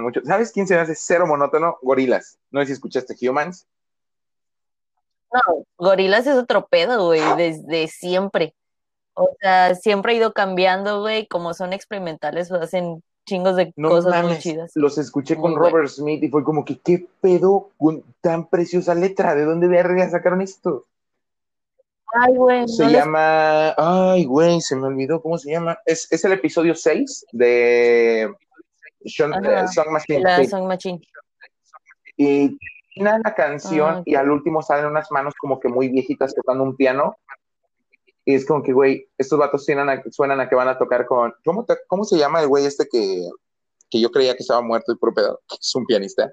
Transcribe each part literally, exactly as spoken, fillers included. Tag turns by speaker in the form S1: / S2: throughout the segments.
S1: mucho. ¿Sabes quién se me hace cero monótono? Gorilas. No sé si escuchaste Humans.
S2: No, Gorilas es otro pedo, güey, desde siempre. O sea, siempre ha ido cambiando, güey, como son experimentales, o hacen chingos de
S1: No
S2: cosas muy
S1: mames,
S2: chidas.
S1: los escuché con
S2: Muy bueno.
S1: Robert Smith y fue como que, ¿qué pedo con tan preciosa letra? ¿De dónde verga sacaron esto?
S2: Ay, güey,
S1: Se
S2: no les...
S1: llama, ay, güey, se me olvidó cómo se llama. Es, es el episodio seis de Sean, eh,
S2: Ajá,
S1: Song Machine.
S2: la
S1: Sí.
S2: Song Machine.
S1: Y termina la canción
S2: Ah,
S1: y
S2: ok.
S1: al último salen unas manos como que muy viejitas tocando un piano. Y es como que, güey, estos vatos suenan a, suenan a que van a tocar con. ¿Cómo, te, cómo se llama el güey este que, que yo creía que estaba muerto y puro pedo? Es un pianista.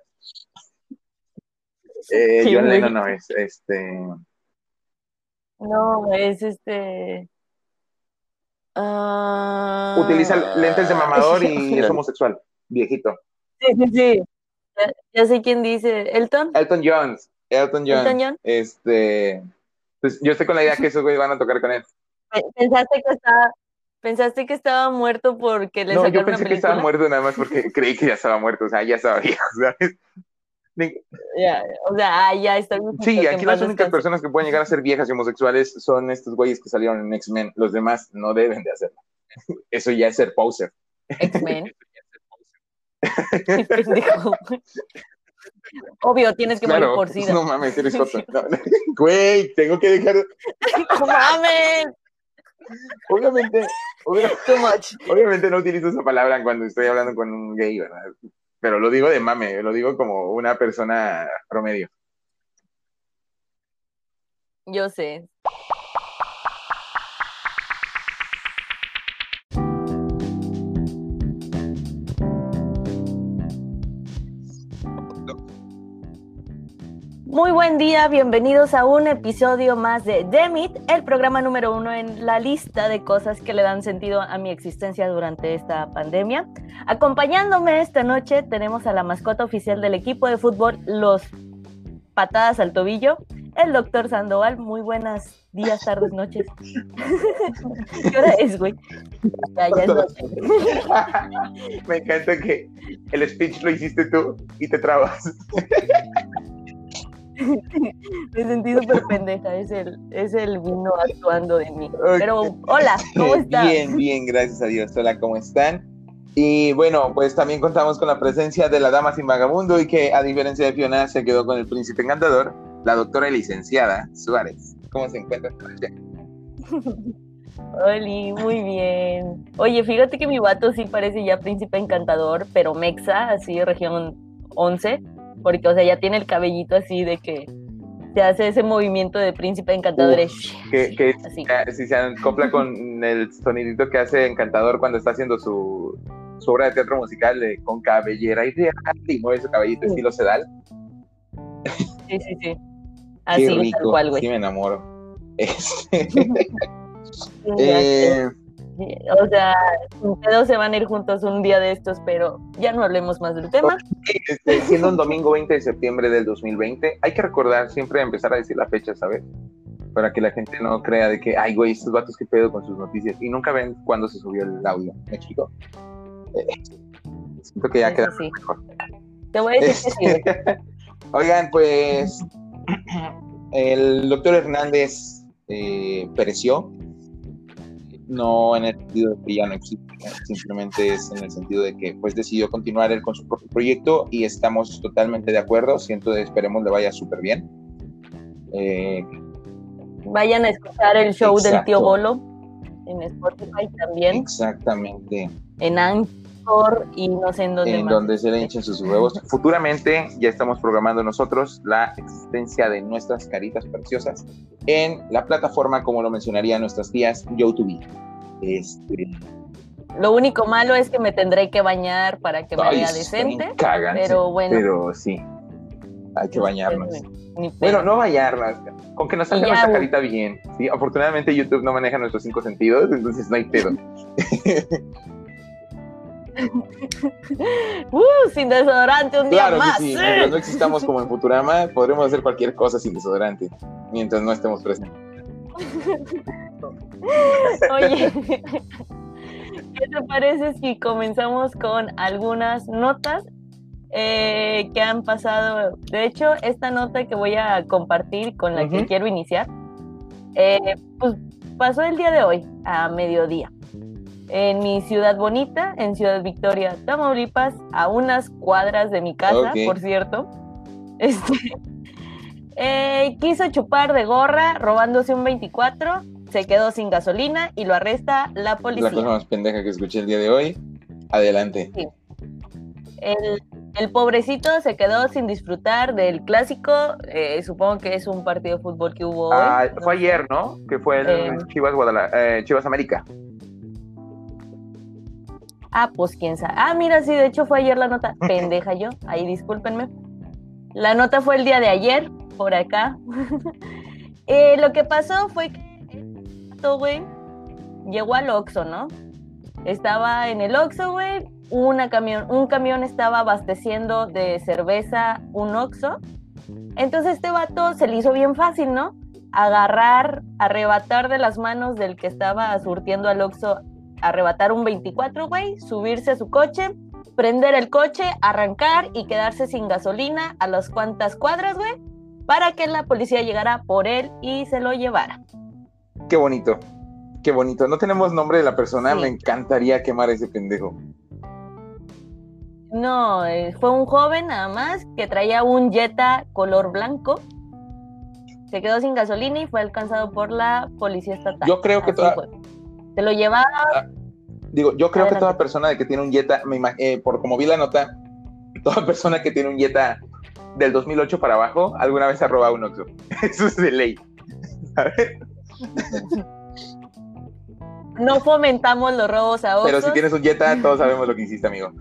S1: Eh,
S2: ¿Quién,
S1: John Lennon
S2: güey?
S1: no es. Este.
S2: No, es este...
S1: Utiliza lentes de
S2: Ah...
S1: mamador y es homosexual. Viejito.
S2: Sí, sí, sí. Ya, ya sé quién dice. ¿Elton?
S1: Elton John. Elton
S2: ¿Elton
S1: John.
S2: John?
S1: Este. Pues yo estoy con la idea que esos güeyes van a tocar con él.
S2: Pe- ¿Pensaste que estaba, pensaste que estaba muerto porque le
S1: No, yo
S2: sacaron una
S1: pensé que estaba
S2: película?
S1: muerto nada más porque creí que ya estaba muerto. O sea, ya estaba viejo, ¿sabes?
S2: Ya, o sea, ah, ya está
S1: Sí,
S2: viejito, que en
S1: aquí las
S2: paz
S1: únicas
S2: descanse.
S1: personas que pueden llegar a ser viejas y homosexuales son estos güeyes que salieron en X-Men. Los demás no deben de hacerlo. Eso ya es ser poser.
S2: X-Men. Pendejo. Obvio, tienes que morir
S1: Claro,
S2: por SIDA.
S1: no mames, eres joto. No, güey, tengo que dejar.
S2: ¡No mames!
S1: Obviamente, obvia-
S2: Too much.
S1: obviamente no utilizo esa palabra cuando estoy hablando con un gay, ¿verdad? Pero lo digo de mame, lo digo como una persona promedio.
S2: Yo sé. Muy buen día, bienvenidos a un episodio más de Demit, el programa número uno en la lista de cosas que le dan sentido a mi existencia durante esta pandemia. Acompañándome esta noche tenemos a la mascota oficial del equipo de fútbol, los Patadas al Tobillo, el doctor Sandoval. Muy buenos días, tardes, noches. ¿Qué hora es, güey? Ya, ya es noche.
S1: Me encanta que el speech lo hiciste tú y te trabas.
S2: Me sentí súper pendeja, es el, es el vino actuando de mí. Pero, hola, ¿cómo estás?
S1: Bien, bien, gracias a Dios. Hola, ¿cómo están? Y bueno, pues también contamos con la presencia de la dama sin vagabundo y que, a diferencia de Fiona, se quedó con el príncipe encantador, la doctora y licenciada Suárez. ¿Cómo se encuentra?
S2: Oli, muy bien. Oye, fíjate que mi vato sí parece ya príncipe encantador, pero mexa, así región once, porque, o sea, ya tiene el cabellito así de que se hace ese movimiento de príncipe encantador.
S1: Uf, que, que
S2: así.
S1: Si se acopla con el sonidito que hace Encantador cuando está haciendo su, su obra de teatro musical de Con cabellera ideal y mueve su cabellito
S2: Sí.
S1: estilo sedal.
S2: Sí, sí, sí. Así,
S1: Qué rico,
S2: tal cual, güey.
S1: sí me enamoro. Este,
S2: Sí,
S1: eh,
S2: o sea, sin pedo se van a ir juntos un día de estos, pero ya no hablemos más del tema.
S1: este, siendo un domingo veinte de septiembre del dos mil veinte, hay que recordar siempre empezar a decir la fecha, ¿sabes? Para que la gente no crea de que, ay, güey, estos vatos qué pedo con sus noticias y nunca ven cuándo se subió el audio. ¿Me explico? Eh, siento que ya
S2: Eso
S1: queda
S2: sí.
S1: mejor.
S2: Te voy a decir que sí, güey.
S1: Oigan, pues el doctor Hernández eh, pereció, no en el sentido de que ya no existe, simplemente es en el sentido de que pues decidió continuar él con su propio proyecto y estamos totalmente de acuerdo, siento, esperemos le vaya súper bien. Eh,
S2: Vayan a escuchar el show
S1: exacto.
S2: del tío Bolo en Spotify también.
S1: Exactamente.
S2: En Anchor y no sé en dónde
S1: en
S2: más.
S1: donde se le hinchen sus huevos. Futuramente ya estamos programando nosotros la existencia de nuestras caritas preciosas en la plataforma, como lo mencionarían nuestras tías, YouTube. Este...
S2: Lo único malo es que me tendré que bañar para que me
S1: Ay,
S2: vea decente.
S1: Cagan,
S2: pero bueno.
S1: Pero sí, hay que bañarnos.
S2: Ni
S1: bueno, no bañarnos, con que nos salga
S2: ya,
S1: nuestra carita bien. ¿sí? Afortunadamente YouTube no maneja nuestros cinco sentidos, entonces no hay pedo.
S2: uh, sin desodorante un día
S1: claro
S2: más.
S1: Que sí. Mientras no existamos como en Futurama, podremos hacer cualquier cosa sin desodorante, mientras no estemos presentes.
S2: Oye, ¿qué te parece si comenzamos con algunas notas eh, que han pasado. De hecho, esta nota que voy a compartir con la uh-huh. que quiero iniciar, eh, pues pasó el día de hoy, a mediodía, en mi ciudad bonita, en Ciudad Victoria, Tamaulipas, a unas cuadras de mi casa, okay. por cierto. Este, eh, quiso chupar de gorra robándose un veinticuatro, se quedó sin gasolina y lo arresta la policía.
S1: La cosa más pendeja que escuché el día de hoy. Adelante.
S2: Sí. El, el pobrecito se quedó sin disfrutar del clásico, eh, supongo que es un partido de fútbol que hubo
S3: ah,
S2: hoy.
S3: Fue ayer, ¿no? Que fue el eh, Chivas Guadalajara, eh, Chivas América.
S2: Ah, pues quién sabe. Ah, mira, sí, de hecho fue ayer la nota. Pendeja yo, ahí discúlpenme. La nota fue el día de ayer, por acá. eh, lo que pasó fue que esto, güey, llegó al Oxxo, ¿no? Estaba en el Oxxo, güey, una camión, un camión estaba abasteciendo de cerveza un Oxxo. Entonces este vato se le hizo bien fácil, ¿no? Agarrar, arrebatar de las manos del que estaba surtiendo al Oxxo, arrebatar un veinticuatro, güey, subirse a su coche, prender el coche, arrancar y quedarse sin gasolina a las cuantas cuadras, güey, para que la policía llegara por él y se lo llevara.
S1: Qué bonito, qué bonito. No tenemos nombre de la persona, sí. Me encantaría quemar a ese pendejo.
S2: No, eh, fue un joven nada más que traía un Jetta color blanco, se quedó sin gasolina y fue alcanzado por la policía estatal.
S1: Yo creo que toda...
S2: Se lo llevaba...
S1: Ah, digo, yo creo Adelante. que toda persona de que tiene un Jetta, me imag... eh, por como vi la nota, toda persona que tiene un Jetta del dos mil ocho para abajo, alguna vez ha robado un Oxxo. Eso es de ley. ¿Sabes?
S2: No fomentamos los robos a Oxxos.
S1: Pero si tienes un Jetta, todos sabemos lo que hiciste, amigo.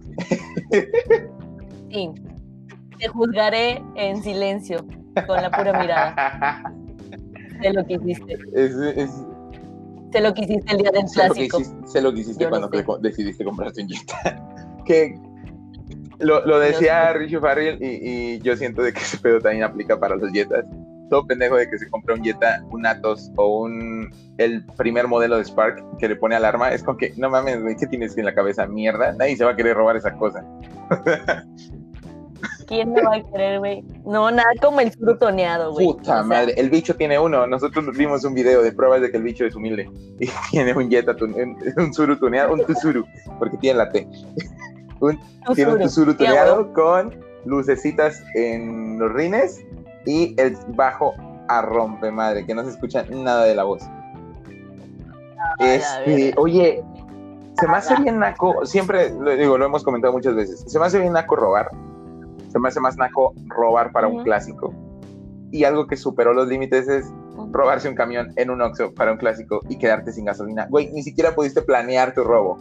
S2: Sí. Te juzgaré en silencio, con la pura mirada. De lo que hiciste.
S1: Es... es...
S2: Sé lo que hiciste el día del
S1: sé
S2: clásico.
S1: Lo hiciste, sé lo que hiciste yo cuando te, decidiste comprarte un Jetta. Que lo, lo decía Richie Farrell y, y yo siento de que ese pedo también aplica para los Jettas. Todo pendejo de que se compra un Jetta, un Atos o un el primer modelo de Spark que le pone alarma, es como que, no mames, güey, ¿qué tienes en la cabeza? Mierda, nadie se va a querer robar esa cosa.
S2: ¿Quién me va a querer, güey? No, nada como el suru toneado, güey.
S1: Puta o sea, madre, el bicho tiene uno. Nosotros vimos un video de pruebas de que el bicho es humilde. Y tiene un Jetta, un, un suru tuneado, un Tusuru, porque tiene la T. Un, tiene un Tusuru tuneado yeah, con lucecitas en los rines y el bajo a rompe madre, que no se escucha nada de la voz. Ay, este, oye, se me hace bien naco, siempre, lo digo, lo hemos comentado muchas veces, se me hace bien naco robar. Se me hace más naco robar para uh-huh. un clásico. Y algo que superó los límites es uh-huh. robarse un camión en un Oxxo para un clásico y quedarte sin gasolina. Güey, ni siquiera pudiste planear tu robo.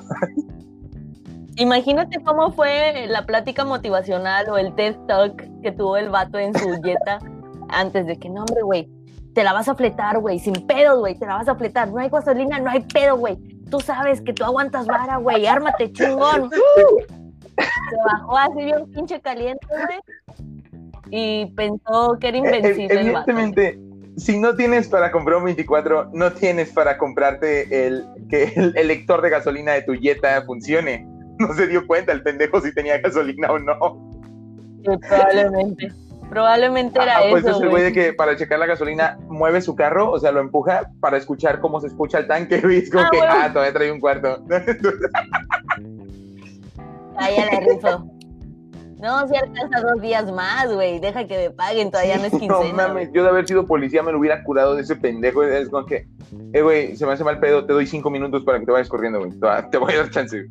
S2: Imagínate cómo fue la plática motivacional o el TED Talk que tuvo el vato en su Jetta antes de que, no, hombre, güey, te la vas a fletar, güey, sin pedos, güey, te la vas a fletar. No hay gasolina, no hay pedo, güey. Tú sabes que tú aguantas vara, güey, ármate chingón. Se bajó así bien pinche caliente, güey, y pensó que era invencible.
S1: Eh, evidentemente, el vato. Si no tienes para comprar un veinticuatro, no tienes para comprarte el que el, el lector de gasolina de tu Jetta funcione. No se dio cuenta el pendejo si tenía gasolina o no.
S2: Sí, probablemente. Probablemente era ah,
S1: pues
S2: eso,
S1: es el güey de que para checar la gasolina mueve su carro, o sea, lo empuja para escuchar cómo se escucha el tanque, güey. Es como ah, que, bueno. ah, todavía trae un cuarto.
S2: Ahí ya la rifo. No, si alcanza dos días más, güey. Deja que me paguen, todavía no es quincena.
S1: No mames, yo de haber sido policía me lo hubiera curado de ese pendejo. Es como que, eh, güey, se me hace mal pedo, te doy cinco minutos para que te vayas corriendo, güey. Te voy a dar chance.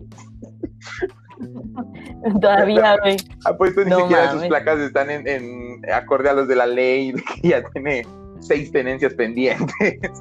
S2: Todavía, güey.
S1: Apuesto ni no, siquiera mames. Sus placas están en, en acorde a los de la ley, que ya tiene seis tenencias pendientes.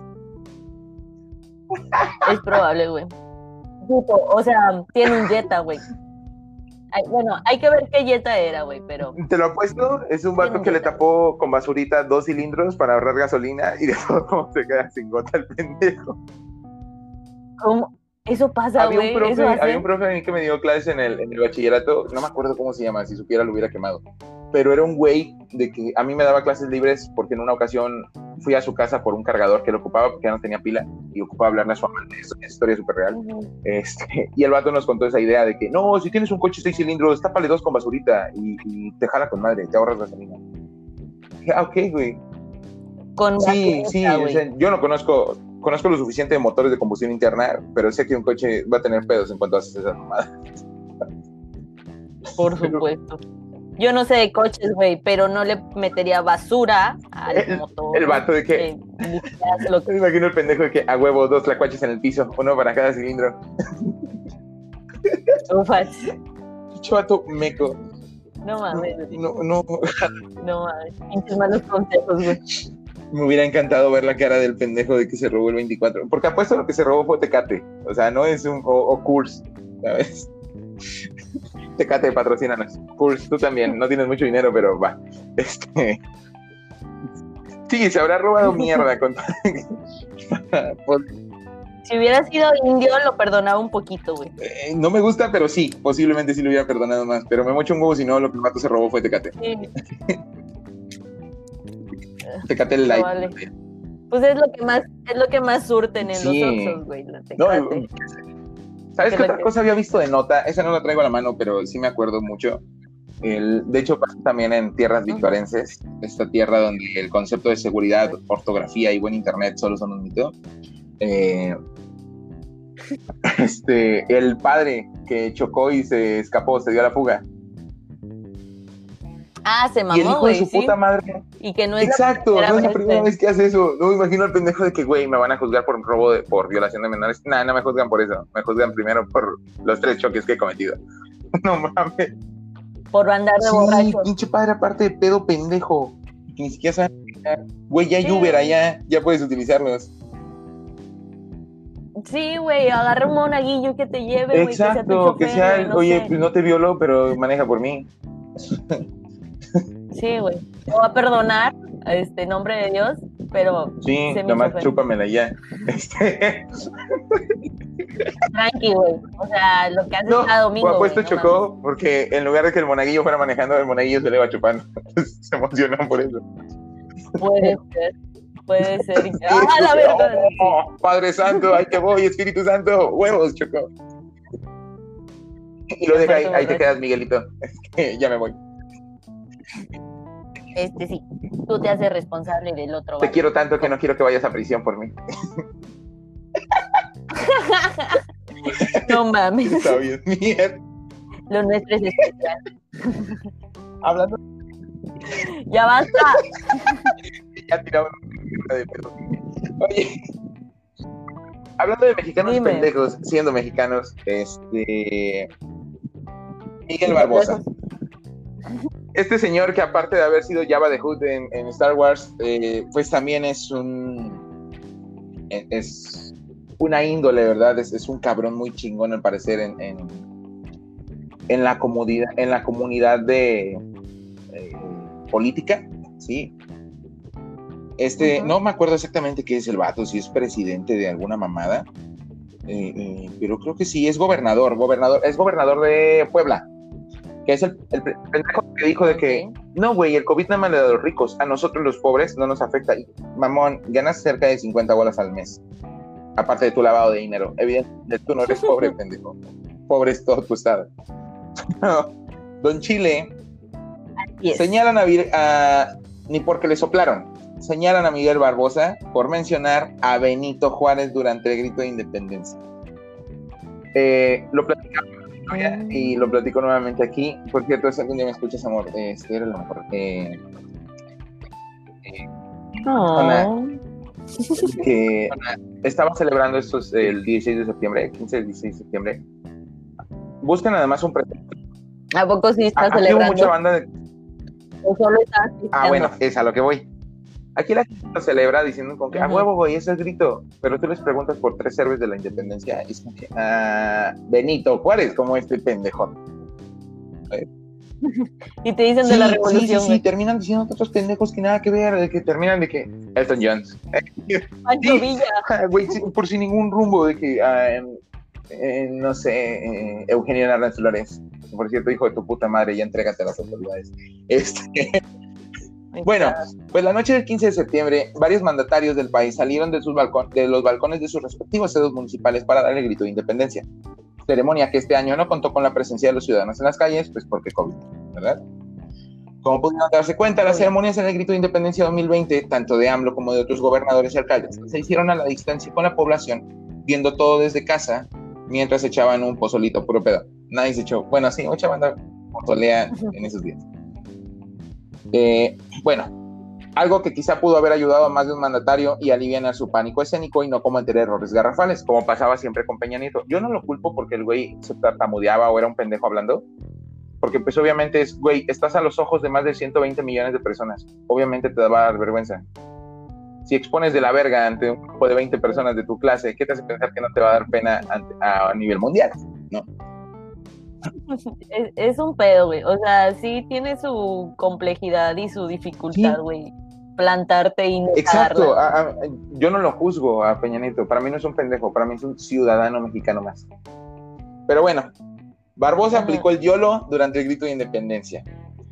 S2: Es probable, güey. O sea, tiene un Jetta, güey. Ay, bueno, hay que ver qué Jetta era, güey, pero...
S1: Te lo apuesto, es un vato que le tapó con basurita dos cilindros para ahorrar gasolina y de todo como se queda sin gota el pendejo.
S2: ¿Cómo? Eso pasa,
S1: había
S2: güey.
S1: Un profe,
S2: ¿Eso
S1: había un profe a mí que me dio clases en el, en el bachillerato, no me acuerdo cómo se llama, si supiera lo hubiera quemado. Pero era un güey de que a mí me daba clases libres porque en una ocasión fui a su casa por un cargador que lo ocupaba porque ya no tenía pila y ocupaba hablarle a su amante. Esto es una historia súper real. Uh-huh. Este, y el vato nos contó esa idea de que no, si tienes un coche seis cilindros, tápale dos con basurita y, y te jala con madre, te ahorras gasolina. Dije, ah, ok, güey.
S2: Con
S1: sí, sí, o sea, yo no conozco, conozco lo suficiente de motores de combustión interna, pero sé que un coche va a tener pedos en cuanto haces esas mamadas.
S2: Por supuesto. Yo no sé de coches, güey, pero no le metería basura al
S1: el,
S2: motor.
S1: El vato de que... Eh, lo que... Me imagino el pendejo de que a huevo dos tlacuaches en el piso, uno para cada cilindro.
S2: Ufas.
S1: Chato meco.
S2: No mames.
S1: No, no.
S2: No mames. Pinches malos consejos, güey.
S1: Me hubiera encantado ver la cara del pendejo de que se robó el veinticuatro. Porque apuesto lo que se robó fue Tecate. O sea, no es un... O, o Kurs, ¿sabes? Tecate, patrocínanos. Kurs, tú también. No tienes mucho dinero, pero va. Este... Sí, se habrá robado mierda con...
S2: Si hubiera sido indio, lo perdonaba un poquito, güey.
S1: Eh, no me gusta, pero sí. Posiblemente sí lo hubiera perdonado más. Pero me mocho un huevo si no, lo que el vato se robó fue Tecate. Sí. Tecate el light. Vale.
S2: Pues es lo que más, es lo que más surten en sí. los Oxxos, güey, la Tecate. No,
S1: ¿sabes qué otra que... cosa había visto de nota? Esa no la traigo a la mano, pero sí me acuerdo mucho. El, de hecho, pasa también en tierras vicuarenses, uh-huh. esta tierra donde el concepto de seguridad, ortografía y buen internet solo son un mito. Eh, este, el padre que chocó y se escapó, se dio a la fuga.
S2: Ah, se mamó,
S1: y el hijo
S2: güey,
S1: de su
S2: ¿sí?
S1: puta madre.
S2: Y que no es
S1: Exacto,
S2: la
S1: no es la primera vez que hace eso. No me imagino al pendejo de que, güey, me van a juzgar por robo, de, por violación de menores. Nah, no me juzgan por eso. Me juzgan primero por los tres choques que he cometido. No mames.
S2: Por andar de
S1: sí,
S2: borracho.
S1: Pinche padre, aparte de pedo pendejo. Que ni siquiera saben. Güey, ya hay sí. Uber allá. Ya puedes utilizarlos.
S2: Sí, güey, agarra un monaguillo que te lleve, güey.
S1: Exacto, que sea, tu chofer, que sea el, no oye, pues no te violó, pero maneja por mí.
S2: Sí, güey. Te voy a perdonar, este, nombre de Dios, pero...
S1: Sí, nomás chúpamela ya. Este...
S2: Tranqui, güey. O sea, lo que haces
S1: no,
S2: cada domingo,
S1: apuesto
S2: güey,
S1: chocó,
S2: no
S1: porque en lugar de que el monaguillo fuera manejando, el monaguillo se le iba chupando. Se emocionó por eso.
S2: Puede ser, puede ser. ¡Ah, la verdad!
S1: Oh, Padre Santo, ahí te voy, Espíritu Santo, huevos, chocó. Y lo deja ahí, ahí te quedas, Miguelito. Ya me voy.
S2: Este sí, tú te haces responsable del otro.
S1: Te vale. Quiero tanto que no quiero que vayas a prisión por mí.
S2: No mames.
S1: Está bien, mierda.
S2: Lo nuestro es especial.
S1: Hablando.
S2: Ya basta.
S1: Ya tiramos de pedo. Oye. Hablando de mexicanos Dime. pendejos, siendo mexicanos, este. Miguel Barbosa. Este señor que aparte de haber sido Jabba the Hutt en, en Star Wars, eh, pues también es un es una índole, ¿verdad? Es, es un cabrón muy chingón al parecer en, en, en la comunidad, en la comunidad de eh, política, ¿sí? Este, uh-huh. No me acuerdo exactamente qué es el vato, si es presidente de alguna mamada, eh, eh, pero creo que sí, es gobernador, gobernador, es gobernador de Puebla. Que es el, el pendejo que dijo de que no, güey, el COVID nada más le da a los ricos, a nosotros los pobres no nos afecta. Y, mamón, ganas cerca de cincuenta bolas al mes, aparte de tu lavado de dinero. Evidentemente tú no eres pobre, pendejo. Pobre es todo tu estado. No. Don Chile yes. señalan a, a ni porque le soplaron, señalan a Miguel Barbosa por mencionar a Benito Juárez durante el grito de independencia. Eh, lo platicamos y lo platico nuevamente aquí. Por cierto, si algún día me escuchas, amor, este era lo mejor. Eh, eh,
S2: oh.
S1: Que estaba celebrando estos el dieciséis de septiembre, quince y dieciséis de septiembre. Buscan además un pretexto.
S2: ¿A poco sí está
S1: Aquí
S2: celebrando?
S1: Hubo mucha banda de...
S2: ¿O solo está
S1: ah, bueno, es a lo que voy. Aquí la gente lo celebra diciendo con que, uh-huh. a huevo, güey, ese es el grito. Pero tú les preguntas por tres héroes de la independencia y es como que, ah, Benito Juárez, como este pendejo. ¿Eh?
S2: Y te dicen
S1: sí,
S2: de la revolución.
S1: Sí, sí, sí, terminan diciendo otros pendejos que nada que ver, de que terminan de que Elton John.
S2: Pancho sí, Villa.
S1: Güey, por sin ningún rumbo, de que, uh, eh, no sé, eh, Eugenio Narváez Flores. Por cierto, hijo de tu puta madre, ya entrégate a las autoridades. Este... Bueno, pues la noche del quince de septiembre, varios mandatarios del país salieron de, sus balcón, de los balcones de sus respectivos sedos municipales para dar el grito de independencia. Ceremonia que este año no contó con la presencia de los ciudadanos en las calles, pues porque COVID, ¿verdad? Como pudieron darse cuenta, las ceremonias en el grito de independencia dos mil veinte, tanto de AMLO como de otros gobernadores y alcaldes, se hicieron a la distancia con la población, viendo todo desde casa, mientras echaban un pozolito puro pedo. Nadie se echó, bueno, sí, mucha banda pozolea en esos días. Eh, bueno, algo que quizá pudo haber ayudado a más de un mandatario y alivianar su pánico escénico y no cometer errores garrafales, como pasaba siempre con Peña Nieto. Yo no lo culpo porque el güey se tartamudeaba o era un pendejo hablando, porque pues obviamente es, güey, estás a los ojos de más de ciento veinte millones de personas, obviamente te va a dar vergüenza. Si expones de la verga ante un grupo de veinte personas de tu clase, ¿qué te hace pensar que no te va a dar pena ante, a, a nivel mundial? No.
S2: Es, es un pedo, güey. O sea, sí tiene su complejidad y su dificultad, güey. Sí. Plantarte y no
S1: Exacto. A, a, yo no lo juzgo a Peña Nieto. Para mí no es un pendejo. Para mí es un ciudadano mexicano más. Pero bueno, Barbosa uh-huh. aplicó el YOLO durante el grito de independencia.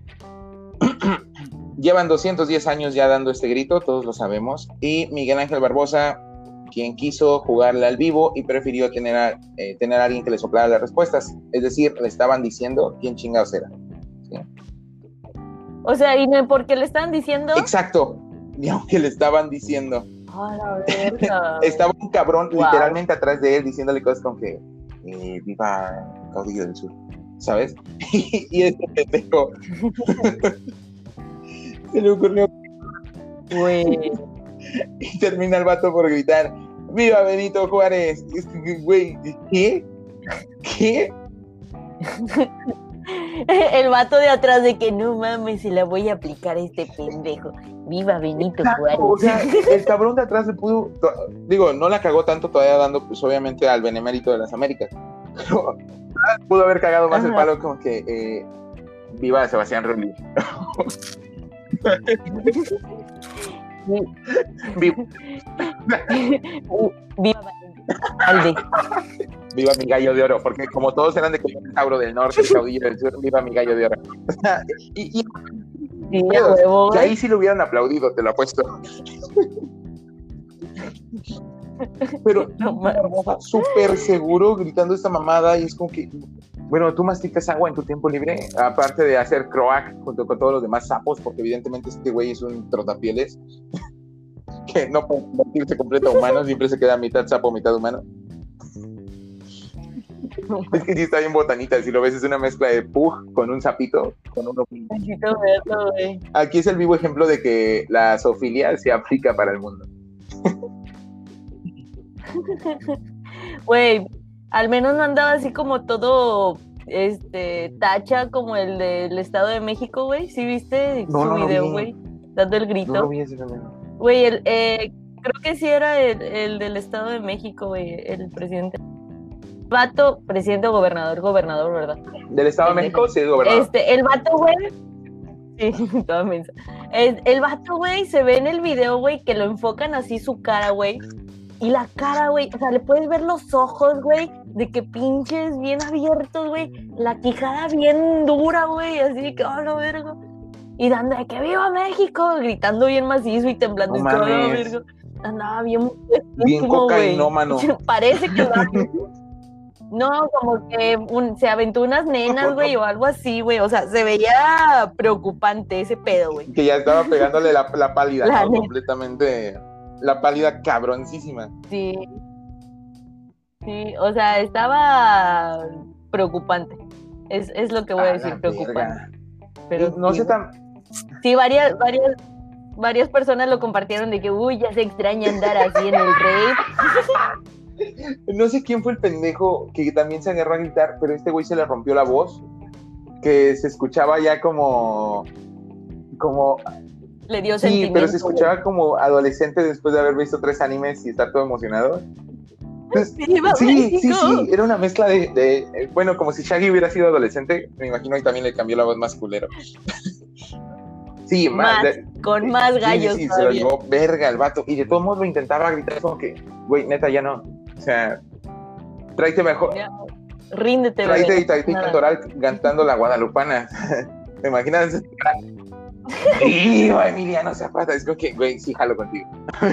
S1: Llevan doscientos diez años ya dando este grito, todos lo sabemos. Y Miguel Ángel Barbosa, quien quiso jugarle al vivo y prefirió tener a, eh, tener a alguien que le soplara las respuestas. Es decir, le estaban diciendo quién chingados era. ¿Sí?
S2: O sea, ¿y no por qué le estaban diciendo?
S1: Exacto, y aunque le estaban diciendo.
S2: ¡A la verga!
S1: Estaba un cabrón wow. literalmente atrás de él diciéndole cosas como que eh, viva Caudillo del Sur, ¿sabes? y, y este pendejo se le ocurrió.
S2: Güey.
S1: Y termina el vato por gritar, ¡viva Benito Juárez! Güey, ¿qué? ¿Qué?
S2: El vato de atrás de que no mames, se la voy a aplicar a este pendejo. ¡Viva Benito
S1: Exacto,
S2: Juárez!
S1: O sea, el cabrón de atrás le pudo, digo, no la cagó tanto todavía dando, pues obviamente al benemérito de las Américas, pero pudo haber cagado más Ajá. el palo como que eh, ¡viva Sebastián Rulli! Viva.
S2: Viva Alde.
S1: Viva mi gallo de oro, porque como todos eran de Tauro del Norte, el Caudillo del Sur, viva mi gallo de oro. y, y,
S2: sí, pero, huevo,
S1: que ahí sí lo hubieran aplaudido, te lo apuesto. Pero no, súper seguro gritando esta mamada y es como que, bueno, tú masticas agua en tu tiempo libre, aparte de hacer croac junto con todos los demás sapos, porque evidentemente este güey es un trotapieles que no puede convertirse completo a humano, siempre se queda mitad sapo, mitad humano. Es que sí está bien botanita, si lo ves es una mezcla de Pug con un sapito, con uno.
S2: Verlo,
S1: aquí es el vivo ejemplo de que la zoofilia se aplica para el mundo.
S2: Güey, al menos no andaba así como todo este tacha como el del Estado de México, güey. ¿Sí viste
S1: no,
S2: su
S1: no,
S2: video, güey? Dando el grito.
S1: No lo vi ese también.
S2: Güey, el, eh, creo que sí era el, el del Estado de México, güey, el presidente. Vato, presidente o gobernador, gobernador, ¿verdad?
S1: ¿Del Estado de México? Sí, es gobernador.
S2: Este, el vato, güey. Sí, toda mensa. El, el vato, güey, se ve en el video, güey, que lo enfocan así su cara, güey. Y la cara, güey, o sea, le puedes ver los ojos, güey, de que pinches bien abiertos, güey. La quijada bien dura, güey, así que, oh, la verga. Y dando de que ¡viva México! Gritando bien macizo y temblando.
S1: No mames.
S2: Verga. Andaba bien...
S1: Bien cocainómano.
S2: Parece que lo... No, como que un, se aventó unas nenas, güey, o algo así, güey. O sea, se veía preocupante ese pedo, güey.
S1: Que ya estaba pegándole la, la pálida, la ¿no? Completamente... La pálida cabroncísima.
S2: Sí. Sí, o sea, estaba preocupante. Es, es lo que voy a, a decir, preocupante. Pero
S1: no
S2: sí,
S1: sé tan...
S2: Sí, varias, varias, varias personas lo compartieron de que, uy, ya se extraña andar así en el rey.
S1: No sé quién fue el pendejo que también se agarró a gritar, pero este güey se le rompió la voz, que se escuchaba ya como... como...
S2: Le dio
S1: sí,
S2: sentimiento.
S1: Pero se escuchaba como adolescente después de haber visto tres animes y estar todo emocionado. Entonces, sí, sí, sí, era una mezcla de, de, bueno, como si Shaggy hubiera sido adolescente, me imagino que también le cambió la voz más culero. Sí,
S2: más, más de, con más gallos.
S1: Sí, sí, sí se lo llevó verga el vato, y de todos modos lo intentaba gritar como que, güey, neta, ya no, o sea, tráete mejor. Ya,
S2: ríndete.
S1: Tráete y tráete cantoral cantando la guadalupana. ¿Te imaginas? ¡Viva Emiliano Zapata! Es como que, güey, sí jalo contigo.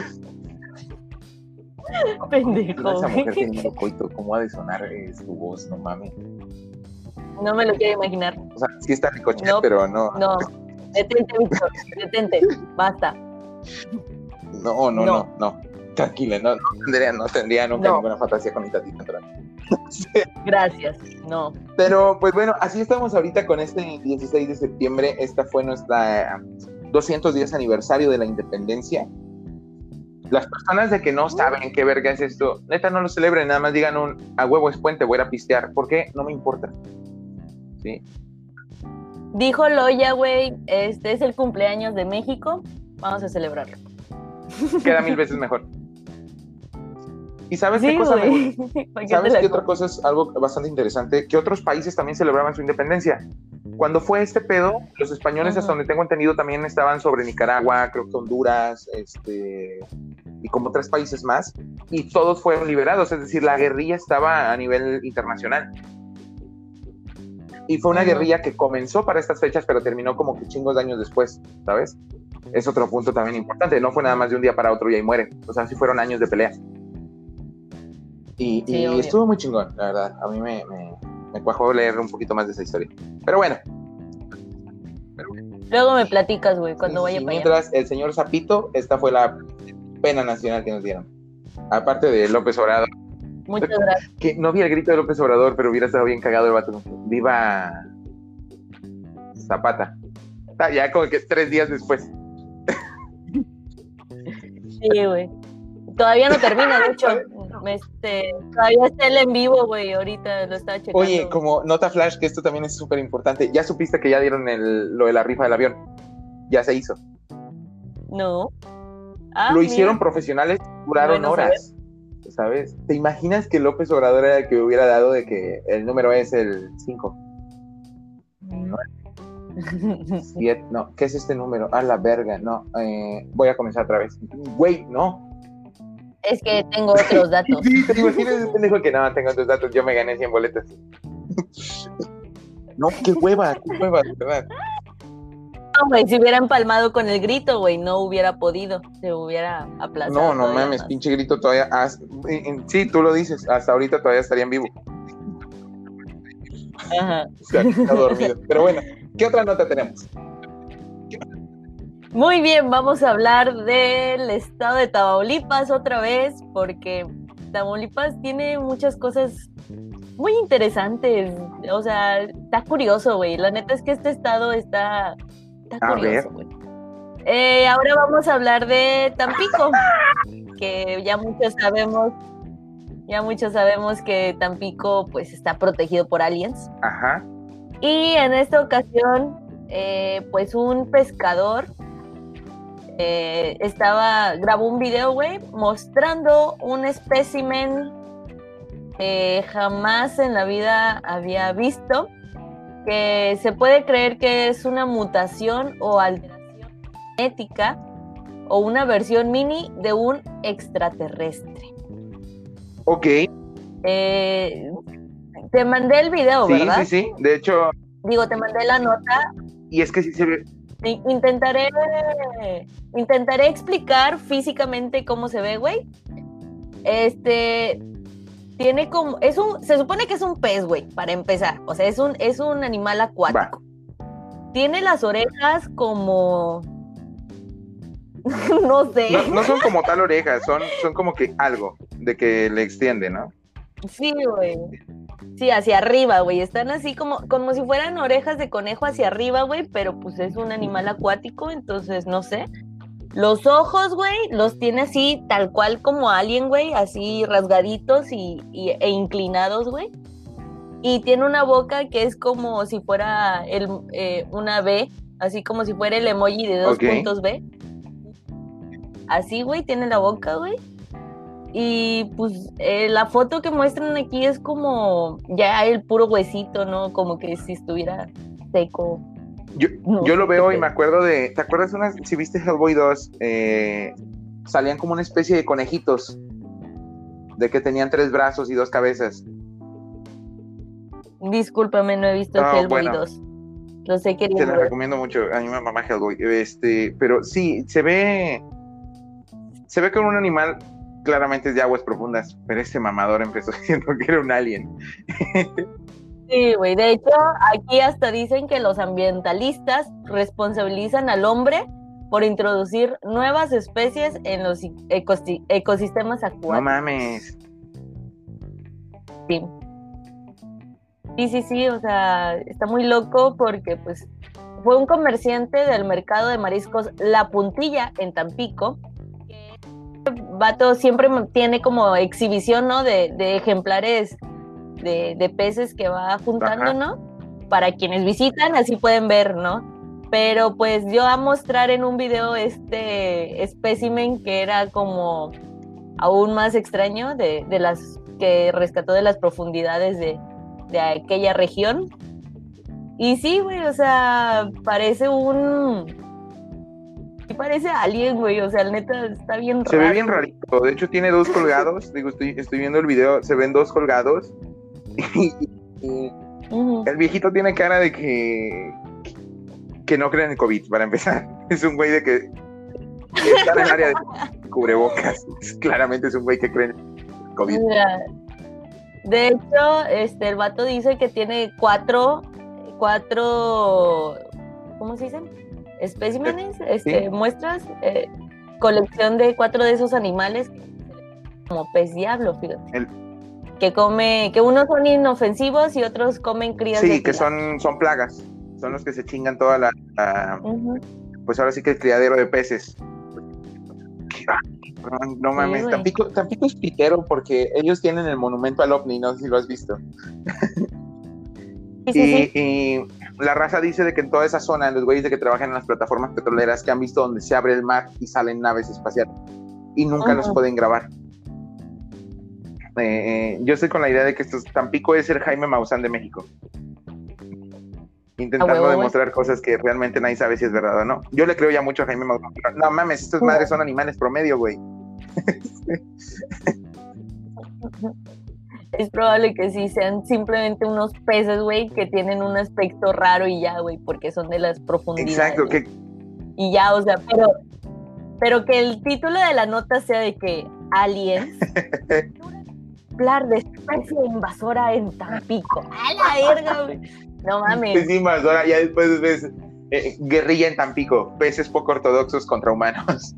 S2: Pendejo.
S1: No, esa mujer
S2: güey.
S1: teniendo coito, ¿cómo ha de sonar eh, su voz? No mames.
S2: No me lo quiero imaginar.
S1: O sea, sí está ricochet,
S2: No,
S1: pero no.
S2: No, detente, Víctor, detente, basta.
S1: No, no,
S2: No.
S1: no, no. Tranquila, no, no tendría, no tendría nunca
S2: No.
S1: ninguna fantasía con mi tatita. Pero...
S2: Gracias, no.
S1: Pero, pues bueno, así estamos ahorita con este dieciséis de septiembre. Esta fue nuestra doscientos diez aniversario de la independencia. Las personas de que no saben qué verga es esto, neta, no lo celebren, nada más digan un a huevo es puente, voy a ir a pistear. ¿Por qué? No me importa. ¿Sí?
S2: Dijo Loya, güey, este es el cumpleaños de México, vamos a celebrarlo.
S1: Queda mil veces mejor. ¿Y sabes
S2: Sí,
S1: qué cosa me
S2: güey.
S1: gusta?
S2: ¿Para qué
S1: ¿Sabes
S2: te la
S1: qué otra
S2: compras?
S1: cosa es algo bastante interesante? Que otros países también celebraban su independencia. Cuando fue este pedo, los españoles,
S2: Ajá.
S1: hasta donde tengo entendido, también estaban sobre Nicaragua, creo que Honduras, este, y como tres países más, y todos fueron liberados, es decir, la guerrilla estaba a nivel internacional. Y fue una
S2: Ajá.
S1: guerrilla que comenzó para estas fechas, pero terminó como que chingos de años después, ¿sabes? Es otro punto también importante, no fue nada más de un día para otro y ahí muere, o sea, sí fueron años de pelea. Y,
S2: Sí,
S1: y
S2: obvio.
S1: estuvo muy chingón, la verdad, a mí me, me, me cuajó leer un poquito más de esa historia. Pero bueno.
S2: Luego me platicas, güey, cuando
S1: Sí,
S2: vaya
S1: sí,
S2: para allá.
S1: mientras el señor Zapito, esta fue la pena nacional que nos dieron. Aparte de López Obrador,
S2: Muchas gracias.
S1: que no vi el grito de López Obrador, pero hubiera estado bien cagado el vato. Viva Zapata. Ah, ya como que tres días después.
S2: Sí, güey. Todavía no termina, de hecho. Este, todavía está el en vivo, güey, ahorita lo estaba checando.
S1: Oye, como nota flash, que esto también es súper importante. ¿Ya supiste que ya dieron el, lo de la rifa del avión? Ya se hizo.
S2: No. Ah,
S1: Lo
S2: mira.
S1: hicieron profesionales, duraron
S2: Bueno
S1: horas. ¿Sabes? ¿Te imaginas que López Obrador era el que hubiera dado de que el número es el cinco? siete, no, ¿qué es este número? Ah, la verga, no, eh, voy a comenzar otra vez. Güey, no.
S2: Es que tengo otros datos.
S1: Sí, ¿te imaginas ese pendejo que no, tengo tus datos, yo me gané cien boletas? No, qué hueva, qué hueva, de verdad.
S2: No, güey, si hubiera empalmado con el grito, güey, no hubiera podido, se hubiera aplazado.
S1: No, no
S2: todavía
S1: mames,
S2: más.
S1: pinche grito todavía. Haz, en, en, sí, tú lo dices, hasta ahorita todavía estaría en vivo.
S2: Ajá.
S1: O sea, está dormido. Pero bueno, ¿qué otra nota tenemos?
S2: Muy bien, vamos a hablar del estado de Tamaulipas otra vez, porque Tamaulipas tiene muchas cosas muy interesantes. O sea, está curioso, güey. La neta es que este estado está, está
S1: A
S2: curioso,
S1: ver.
S2: güey. Eh, ahora vamos a hablar de Tampico, que ya muchos sabemos, ya muchos sabemos que Tampico pues está protegido por aliens.
S1: Ajá.
S2: Y en esta ocasión, eh, pues un pescador eh, estaba, grabó un video, güey, mostrando un espécimen que jamás en la vida había visto, que se puede creer que es una mutación o alteración genética o una versión mini de un extraterrestre.
S1: Ok.
S2: Eh, te mandé el video,
S1: Sí,
S2: ¿verdad?
S1: sí, sí. De hecho,
S2: Digo, te mandé la nota.
S1: y es que sí se ve.
S2: Intentaré, intentaré explicar físicamente cómo se ve, güey. Este tiene como, es un, se supone que es un pez, güey, para empezar. O sea, es un, es un animal acuático. Va. Tiene las orejas como, no sé.
S1: No, no son como tal orejas, son, son como que algo de que le extiende, ¿no?
S2: Sí, güey. Sí, hacia arriba, güey. Están así como, como si fueran orejas de conejo hacia arriba, güey, pero pues es un animal acuático, entonces no sé. Los ojos, güey, los tiene así, tal cual como alien, güey, así rasgaditos y, y, e inclinados, güey. Y tiene una boca que es como si fuera el, eh, una B, así como si fuera el emoji de dos
S1: Okay.
S2: puntos B. Así, güey, tiene la boca, güey. Y pues eh, la foto que muestran aquí es como ya el puro huesito, ¿no? Como que si estuviera seco.
S1: Yo,
S2: No,
S1: yo lo veo
S2: qué
S1: y me acuerdo de... ¿Te acuerdas una, si viste Hellboy dos? Eh, salían como una especie de conejitos. De que tenían tres brazos y dos cabezas.
S2: Discúlpame, no he visto
S1: No,
S2: Hellboy
S1: bueno.
S2: dos. Los he querido
S3: Te las
S2: ver.
S3: recomiendo mucho. A mí me mama Hellboy. Este, pero sí, se ve. Se ve que un animal claramente es de aguas profundas. Pero este mamador empezó diciendo que era un alien.
S2: Sí, güey. De hecho, aquí hasta dicen que los ambientalistas responsabilizan al hombre por introducir nuevas especies en los ecosi- ecosistemas acuáticos.
S3: No mames.
S2: Sí. Sí, sí, sí, o sea, está muy loco porque pues fue un comerciante del mercado de mariscos La Puntilla en Tampico. Vato siempre tiene como exhibición, ¿no? De, de ejemplares de, de peces que va juntando,
S3: Ajá.
S2: ¿no? Para quienes visitan, así pueden ver, ¿no? Pero pues yo a mostrar en un video este espécimen que era como aún más extraño de, de las que rescató de las profundidades de, de aquella región. Y sí, güey, o sea, parece un... Sí parece alien, güey, o sea, el neta está bien
S3: Se
S2: raro.
S3: ve bien rarito. De hecho, tiene dos colgados. Digo, estoy, estoy viendo el video. Se ven dos colgados. Y, y
S2: Uh-huh.
S3: el viejito tiene cara de que. Que no cree en el COVID, para empezar. Es un güey de que. Está en el área de cubrebocas. Claramente es un güey que cree en el COVID.
S2: Mira, de hecho, este, el vato dice que tiene cuatro, cuatro, ¿cómo se dicen? Especímenes, este,
S3: Sí.
S2: muestras, eh, colección de cuatro de esos animales, como pez diablo, fíjate.
S3: El-
S2: Que come, que unos son inofensivos y otros comen crías de
S3: Sí, que
S2: tilapia.
S3: son, son plagas. Son los que se chingan toda la. la-
S2: Ujú.
S3: Pues ahora sí que el criadero de peces. No, no
S2: Sí,
S3: mames.
S2: güey.
S1: Tampico, Tampico es pitero porque ellos tienen el monumento al ovni, no sé si lo has visto.
S2: Sí, sí,
S3: Y,
S2: sí.
S3: y la raza dice de que en toda esa zona, los güeyes de que trabajan en las plataformas petroleras, que han visto donde se abre el mar y salen naves espaciales y nunca
S2: Ujú.
S3: los pueden grabar. Eh, eh, yo estoy con la idea de que esto es- Tampico es el Jaime Maussan de México, intentando
S2: A huevo, güey.
S3: demostrar cosas que realmente nadie sabe si es verdad o no. Yo le creo ya mucho a Jaime Maussan, pero no mames, estas
S2: No.
S3: madres son animales promedio, güey.
S2: Es probable que sí sean simplemente unos peces, güey, que tienen un aspecto raro y ya, güey, porque son de las profundidades.
S3: Exacto, que
S2: Y ya, o sea, pero, pero que el título de la nota sea de que aliens hablar de especie invasora en Tampico. ¡A la verga, güey! No mames.
S3: encima, ahora ya después ves eh, guerrilla en Tampico, peces poco ortodoxos contra humanos.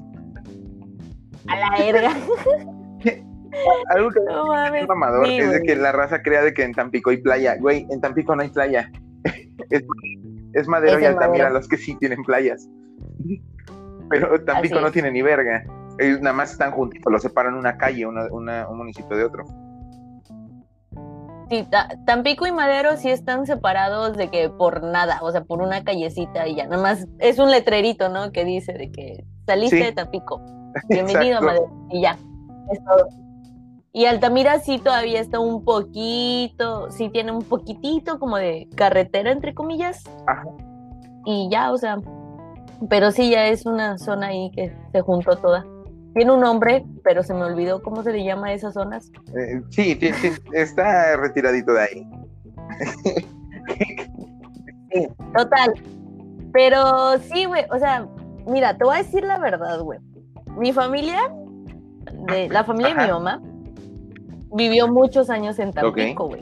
S2: A la verga.
S3: Algo que
S2: No mames.
S3: es mamador
S2: Sí,
S3: es de
S2: güey.
S3: que la raza crea de que en Tampico hay playa. Güey, en Tampico no hay playa. Es, es Madero
S2: Es
S3: y
S2: en
S3: Altamira
S2: Madero.
S3: los que sí tienen playas. Pero Tampico
S2: Así
S3: no
S2: es.
S3: tiene ni verga. Ellos nada más están juntitos, los separan una calle, una, una, un municipio de otro.
S2: Sí, Ta- Tampico y Madero sí están separados de que por nada, o sea, por una callecita y ya. Nada más es un letrerito, ¿no? Que dice de que saliste
S3: Sí.
S2: de Tampico. Bienvenido a
S3: Exacto.
S2: Madero. Y ya. Es todo. Y Altamira sí todavía está un poquito, sí tiene un poquitito como de carretera, entre comillas.
S3: Ajá.
S2: Y ya, o sea, pero sí ya es una zona ahí que se juntó toda. Tiene un nombre, pero se me olvidó cómo se le llama a esas zonas.
S3: Eh, sí, ti- ti- está retiradito de ahí.
S2: Sí, total. Pero sí, güey, o sea, mira, te voy a decir la verdad, güey. Mi familia, de, la familia de mi
S3: Ajá.
S2: mamá, vivió muchos años en Tampico,
S3: Ok.
S2: güey.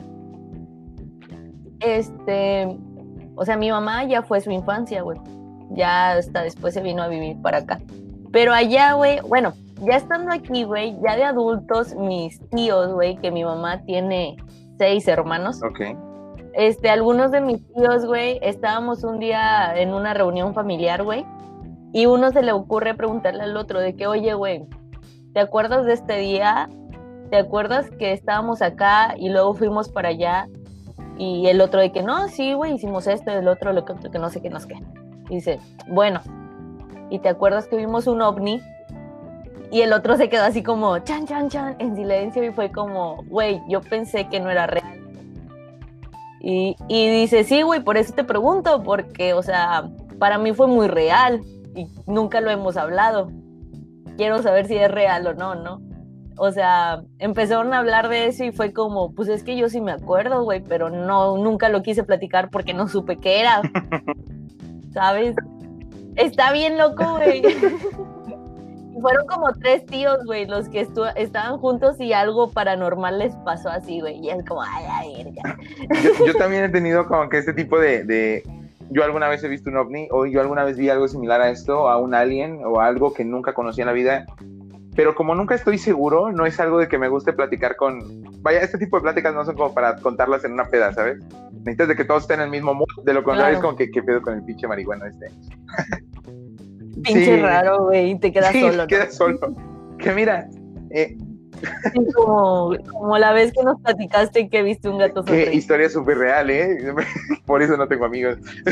S2: Este, o sea, mi mamá ya fue su infancia, güey. Ya hasta después se vino a vivir para acá. Pero allá, güey, bueno, ya estando aquí, güey, ya de adultos, mis tíos, güey, que mi mamá tiene seis hermanos.
S3: Ok.
S2: Este, algunos de mis tíos, güey, estábamos un día en una reunión familiar, güey, y uno se le ocurre preguntarle al otro de que, oye, güey, ¿te acuerdas de este día? ¿Te acuerdas que estábamos acá y luego fuimos para allá? Y el otro de que, no, sí, güey, hicimos esto, el otro, lo que, que no sé qué, no sé qué. Y dice, bueno, ¿y te acuerdas que vimos un ovni? Y el otro se quedó así como, chan, chan, chan, en silencio, y fue como, güey, yo pensé que no era real. Y, y dice, sí, güey, por eso te pregunto, porque, o sea, para mí fue muy real y nunca lo hemos hablado. Quiero saber si es real o no, ¿no? o sea, empezaron a hablar de eso y fue como, pues es que yo sí me acuerdo, güey, pero no, nunca lo quise platicar porque no supe qué era, ¿sabes? Está bien loco, güey. Fueron como tres tíos, güey, los que estu- estaban juntos y algo paranormal les pasó así, güey, y es como, ay, ay, verga.
S3: Yo, yo también he tenido como que este tipo de, de... Yo alguna vez he visto un ovni, o yo alguna vez vi algo similar a esto, a un alien, o algo que nunca conocí en la vida, pero como nunca estoy seguro, no es algo de que me guste platicar con... Vaya, este tipo de pláticas no son como para contarlas en una peda, ¿sabes? Necesitas de que todos estén en el mismo mood, de lo contrario es
S2: Claro.
S3: como que, ¿qué pedo con el pinche marihuana este?
S2: Pinche
S3: Sí.
S2: raro, güey, y te quedas
S3: Sí,
S2: solo,
S3: te
S2: ¿no?
S3: quedas solo. Que mira, eh,
S2: Sí, como, como la vez que nos platicaste que viste un gato
S3: qué
S2: sonreír.
S3: historia súper real, ¿eh? Por eso no tengo amigos.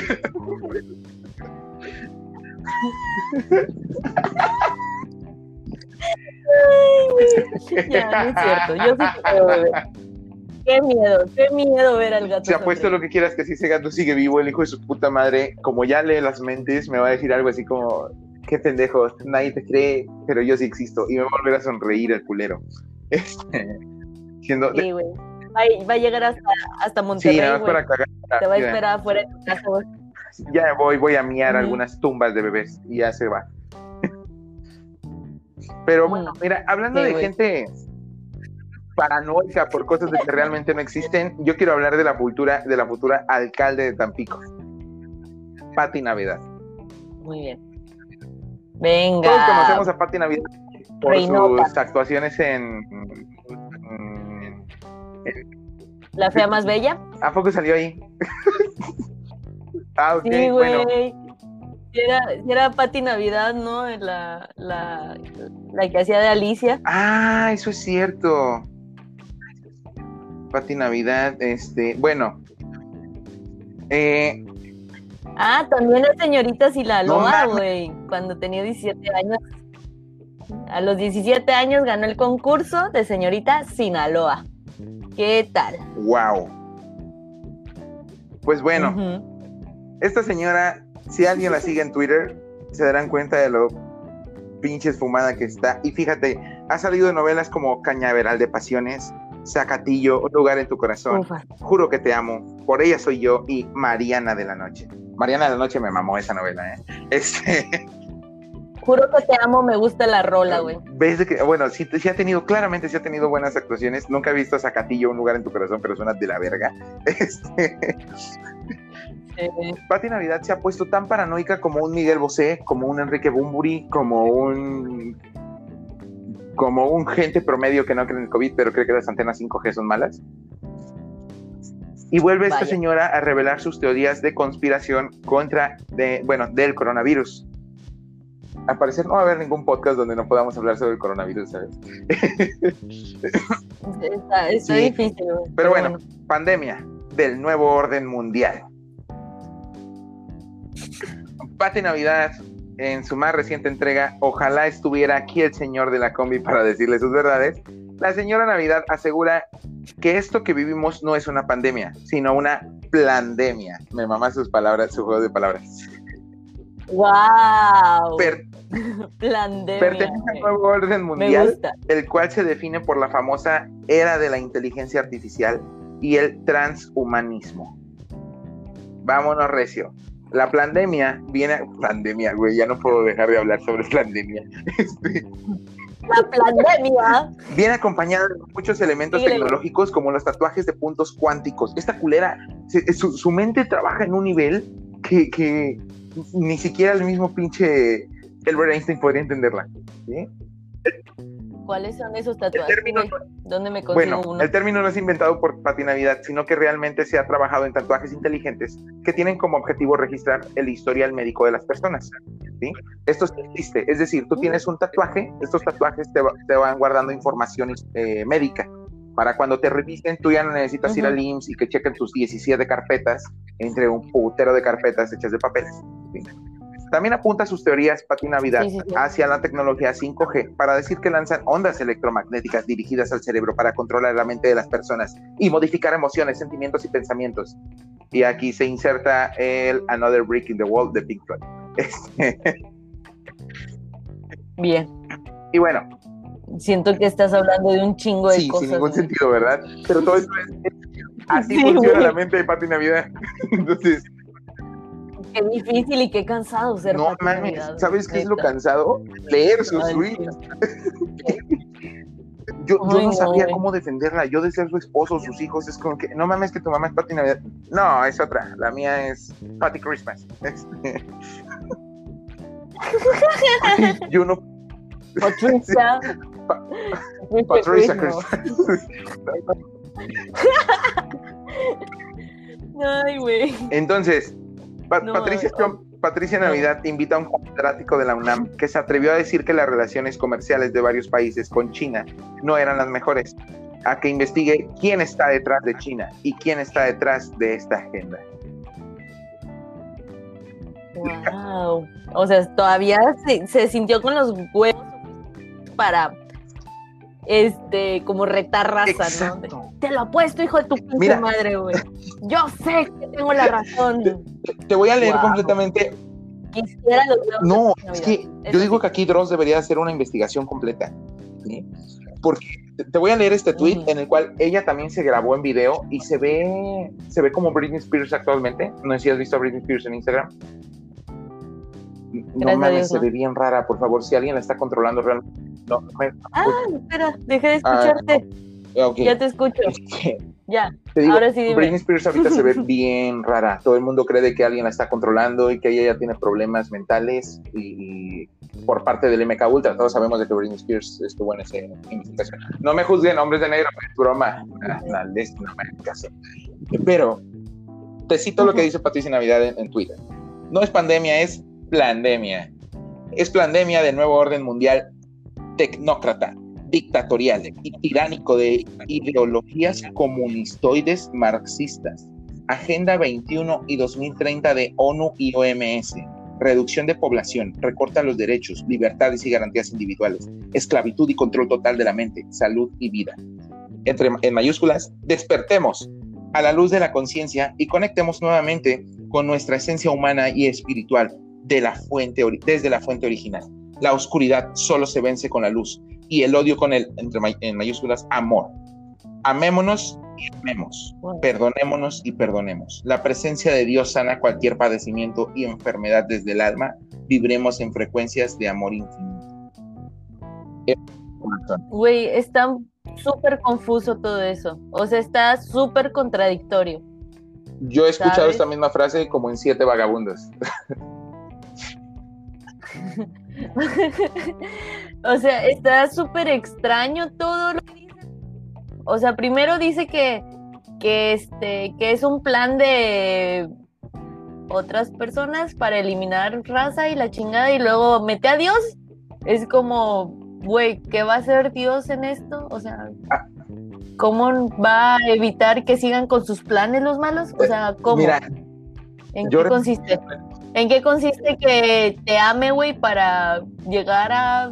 S2: Ya, no es cierto, yo sí te puedo ver. Qué miedo, qué miedo ver al gato
S3: Se apuesto lo
S2: sonreír.
S3: que quieras que si ese gato sigue vivo, el hijo de su puta madre, como ya lee las mentes, me va a decir algo así como, qué pendejos, nadie te cree, pero yo sí existo, y me va a volver a sonreír el culero. Este, siendo,
S2: Sí, güey. Va, a- va a llegar hasta, hasta
S3: sí,
S2: Monterrey,
S3: nada más
S2: güey.
S3: para cagar.
S2: Te va a esperar afuera de tu casa, güey.
S3: Ya voy, voy a miar
S2: Ujú.
S3: algunas tumbas de bebés y ya se va. Pero bueno,
S2: Mm.
S3: mira, hablando
S2: Sí,
S3: de
S2: güey.
S3: gente paranoica por cosas de que realmente no existen, yo quiero hablar de la futura, de la futura alcalde de Tampico, Pati Navidad.
S2: Muy bien. Venga.
S3: Todos conocemos a Pati Navidad por
S2: Reinota.
S3: sus actuaciones en, en-
S2: La fea más bella.
S3: ¿A poco salió ahí? Ah, ok,
S2: Sí,
S3: bueno.
S2: güey. Si era, si era Pati Navidad, ¿no? La, la, la que hacía de Alicia.
S3: Ah, eso es cierto. Pati Navidad, este, bueno. Eh,
S2: Ah, también la señorita
S3: No
S2: Sinaloa,
S3: mames.
S2: güey. Cuando tenía diecisiete años. A los diecisiete años ganó el concurso de señorita Sinaloa. ¿Qué tal?
S3: wow. Pues bueno,
S2: Ujú.
S3: esta señora, si alguien la sigue en Twitter, se darán cuenta de lo pinches fumada que está. Y fíjate, ha salido de novelas como Cañaveral de Pasiones, Zacatillo, Un lugar en tu corazón,
S2: Ufa.
S3: Juro que te amo, Por ella soy yo y Mariana de la Noche. Mariana de la Noche me mamó esa novela, ¿eh? Este,
S2: Juro que te amo, me gusta la rola, güey.
S3: ves de que, bueno, sí, sí ha tenido, claramente sí ha tenido buenas actuaciones. Nunca he visto a Zacatillo, Un lugar en tu corazón, pero suena de la verga. Este,
S2: Eh,
S3: Pati Navidad se ha puesto tan paranoica como un Miguel Bosé, como un Enrique Bunbury, como un como un gente promedio que no cree en el COVID, pero cree que las antenas cinco G son malas. Y vuelve esta
S2: Vaya.
S3: señora a revelar sus teorías de conspiración contra, de, bueno, del coronavirus. Al parecer no va a haber ningún podcast donde no podamos hablar sobre el coronavirus, ¿sabes?
S2: está está
S3: Sí.
S2: difícil, güey.
S3: Pero bueno, pandemia del nuevo orden mundial. Pati Navidad, en su más reciente entrega, ojalá estuviera aquí el señor de la combi para decirle sus verdades. La señora Navidad asegura que esto que vivimos no es una pandemia, sino una plandemia. Me mamá sus palabras, su juego de palabras.
S2: ¡Wow!
S3: Per-
S2: Plandemia,
S3: pertenece al
S2: güey.
S3: nuevo orden
S2: Me
S3: mundial,
S2: gusta.
S3: el cual se define por la famosa era de la inteligencia artificial y el transhumanismo. Vámonos, recio. La pandemia viene... Pandemia, güey, ya no puedo dejar de hablar sobre pandemia. Este,
S2: La pandemia.
S3: viene acompañada de muchos elementos
S2: Síguele,
S3: tecnológicos como los tatuajes de puntos cuánticos. Esta culera, se- su, su mente trabaja en un nivel que, que ni siquiera el mismo pinche Albert Einstein podría entenderla. ¿Sí?
S2: ¿Cuáles son esos
S3: El
S2: tatuajes,
S3: término,
S2: güey? ¿Dónde me consigo
S3: bueno,
S2: uno?
S3: el término no es inventado por Pati Navidad, sino que realmente se ha trabajado en tatuajes inteligentes que tienen como objetivo registrar el historial médico de las personas. ¿Sí? Esto sí existe, es decir, tú tienes un tatuaje, estos tatuajes te, va- te van guardando información eh, médica. Para cuando te revisen, tú ya no necesitas
S2: Ujú.
S3: ir al I M S S y que chequen tus diecisiete carpetas entre un putero de carpetas hechas de papeles. ¿Sí? También apunta sus teorías Pati Navidad
S2: Sí, sí, sí.
S3: hacia la tecnología cinco G para decir que lanzan ondas electromagnéticas dirigidas al cerebro para controlar la mente de las personas y modificar emociones, sentimientos y pensamientos. Y aquí se inserta el Another Brick in the Wall de Pink Floyd. Este,
S2: Bien.
S3: y bueno,
S2: Siento que estás hablando de un chingo de
S3: sí,
S2: cosas.
S3: sin ningún
S2: güey.
S3: sentido, ¿verdad? Pero todo esto es, así
S2: Sí,
S3: funciona
S2: güey.
S3: la mente de Pati Navidad. Entonces,
S2: Qué difícil y qué cansado ser
S3: no
S2: Pati
S3: mames,
S2: Navidad,
S3: ¿sabes qué es lo
S2: neta.
S3: cansado? Leer sus
S2: Ay,
S3: tweets.
S2: sí.
S3: Yo, yo
S2: Ay,
S3: no
S2: no,
S3: sabía
S2: güey.
S3: cómo defenderla. Yo de ser su esposo, sus hijos, es como que, no mames que tu mamá es Pati Navidad. No, es otra. La mía es Pati Christmas. Este... Ay, yo no.
S2: Patricia.
S3: Pa-
S2: Patricia
S3: Patricia
S2: Christmas.
S3: Christmas.
S2: Ay, güey.
S3: Entonces, Pa-
S2: No,
S3: Patricia,
S2: oh,
S3: Patricia
S2: no.
S3: Navidad invita a un catedrático de la UNAM que se atrevió a decir que las relaciones comerciales de varios países con China no eran las mejores, a que investigue quién está detrás de China y quién está detrás de esta agenda.
S2: Wow. O sea, todavía se, se sintió con los huevos para este como retar raza,
S3: Exacto.
S2: ¿no? Te lo apuesto, hijo de tu pinche
S3: Mira.
S2: madre, güey. Yo sé que tengo la razón.
S3: Te voy a leer
S2: Wow.
S3: completamente.
S2: Quisiera los huevos
S3: No,
S2: de
S3: es
S2: Navidad.
S3: que
S2: Eso
S3: yo digo
S2: sí.
S3: que aquí Dross debería hacer una investigación completa, ¿sí? Porque te- te voy a leer este tweet
S2: Ujú.
S3: en el cual ella también se grabó en video y se ve, se ve como Britney Spears actualmente. No sé si has visto a Britney Spears en Instagram. No
S2: Gracias a
S3: mames,
S2: Dios,
S3: se
S2: no.
S3: ve bien rara, por favor, si alguien la está controlando realmente. No, no me-
S2: Ah, espera, dejé de
S3: Ah,
S2: escucharte.
S3: ok.
S2: Ya te escucho.
S3: Este,
S2: Ya.
S3: Te digo,
S2: Ahora sí dime.
S3: Britney Spears ahorita se ve bien rara. Todo el mundo cree de que alguien la está controlando y que ella ya tiene problemas mentales y, y por parte del M K Ultra. Todos sabemos de que Britney Spears estuvo en esa investigación. No me juzguen, hombres de negro, es broma. Ah, no, no me hagan caso. Pero te cito lo que dice Patricia Navidad en, en Twitter. No es pandemia, es plandemia. Es plandemia del nuevo orden mundial tecnócrata, dictatorial y tiránico de ideologías comunistoides marxistas. Agenda veintiuno y dos mil treinta de ONU y O M S. Reducción de población, recorta los derechos, libertades y garantías individuales, esclavitud y control total de la mente, salud y vida. Entre, en mayúsculas, despertemos a la luz de la conciencia y conectemos nuevamente con nuestra esencia humana y espiritual de la fuente, desde la fuente original. La oscuridad solo se vence con la luz y el odio con el, entre may, en mayúsculas, amor. Amémonos y amemos,
S2: Wow.
S3: perdonémonos y perdonemos. La presencia de Dios sana cualquier padecimiento y enfermedad desde el alma. Vibremos en frecuencias de amor infinito.
S2: Güey, está súper confuso todo eso. O sea, está súper contradictorio.
S3: Yo he escuchado
S2: ¿Sabes?
S3: esta misma frase como en Siete Vagabundos.
S2: O sea, está súper extraño todo lo que dice. O sea, primero dice que, que, este, que es un plan de otras personas para eliminar raza y la chingada, y luego mete a Dios. Es como, güey, ¿qué va a hacer Dios en esto? O sea, ¿cómo va a evitar que sigan con sus planes los malos? O sea, ¿cómo?
S3: Mira,
S2: ¿En
S3: yo
S2: qué consiste? ¿En qué consiste que te ame, güey, para llegar a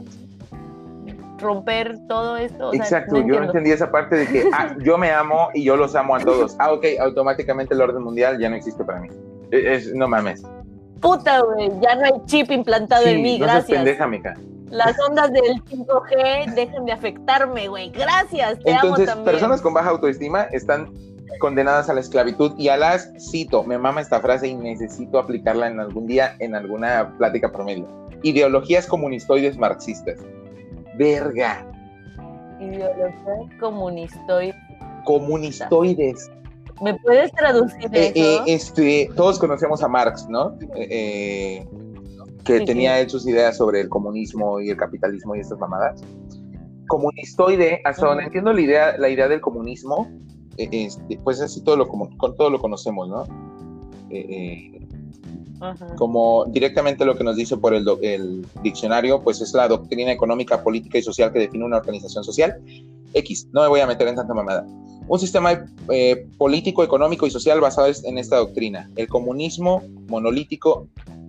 S2: romper todo esto? O sea,
S3: exacto,
S2: no
S3: yo no
S2: entiendo.
S3: entendí esa parte de que ah, yo me amo y yo los amo a todos. Ah, ok, automáticamente el orden mundial ya no existe para mí. Es, es- no mames.
S2: Puta, güey, ya no hay chip implantado
S3: Sí,
S2: en mí,
S3: no seas
S2: gracias.
S3: pendeja, mija.
S2: Las ondas del cinco G dejan de afectarme, güey. Gracias, te
S3: Entonces,
S2: amo también.
S3: personas con baja autoestima están condenadas a la esclavitud y a las, cito, me mama esta frase y necesito aplicarla en algún día en alguna plática promedio. Ideologías comunistoides marxistas. Verga.
S2: Ideología comunistoide.
S3: Comunistoides.
S2: ¿Me puedes traducir
S3: Eh,
S2: eso?
S3: eh, este, todos conocemos a Marx, ¿no? Eh, eh, que
S2: Sí,
S3: tenía
S2: sí.
S3: él sus ideas sobre el comunismo y el capitalismo y estas mamadas. Comunistoide, hasta donde
S2: Ujú.
S3: entiendo la idea, la idea del comunismo, eh, este, pues así todo lo, como, con todo lo conocemos, ¿no? Eh, eh,
S2: Ajá.
S3: como directamente lo que nos dice por el, do- el diccionario, pues es la doctrina económica, política y social que define una organización social. X, no me voy a meter en tanta mamada. Un sistema eh, político, económico y social basado en esta doctrina. El comunismo monolítico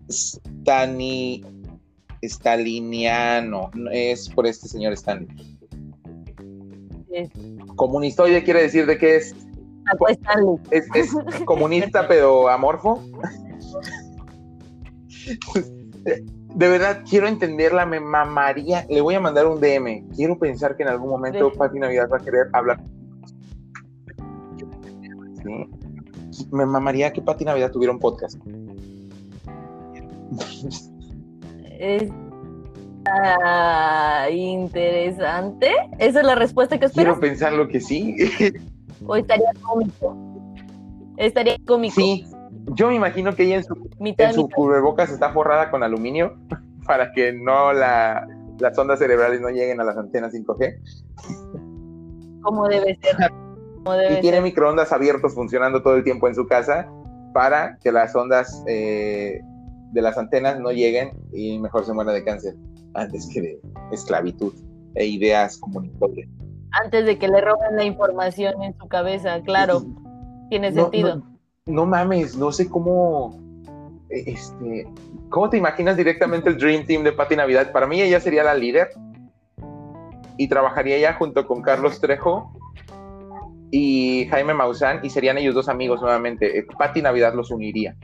S3: stani, staliniano, es por este señor Stalin.
S2: Sí.
S3: Comunistoide quiere decir de que es,
S2: Ah, pues, Stanley.
S3: es, es comunista pero amorfo. De verdad, quiero entenderla, me mamaría. Le voy a mandar un D M. Quiero pensar que en algún momento
S2: Sí.
S3: Pati Navidad va a querer hablar. ¿Sí? Me mamaría que Pati Navidad tuviera un podcast.
S2: Está interesante. ¿Esa es la respuesta que esperas?
S3: Quiero pensar lo que sí.
S2: ¿O estaría cómico? Estaría cómico.
S3: Sí, yo me imagino que ella en su,
S2: Mitad,
S3: en su
S2: mitad.
S3: cubrebocas está forrada con aluminio para que no la, las ondas cerebrales no lleguen a las antenas cinco G.
S2: Como debe ser. Como debe
S3: Y tiene
S2: ser.
S3: microondas abiertos funcionando todo el tiempo en su casa para que las ondas eh, de las antenas no lleguen y mejor se muera de cáncer antes que de esclavitud e ideas comunicables.
S2: Antes de que le roben la información en su cabeza, claro. Tiene
S3: No,
S2: sentido.
S3: no, no mames, no sé cómo este, ¿cómo te imaginas directamente el Dream Team de Pati Navidad? Para mí ella sería la líder y trabajaría ella junto con Carlos Trejo y Jaime Maussan y serían ellos dos amigos nuevamente. Pati Navidad los uniría.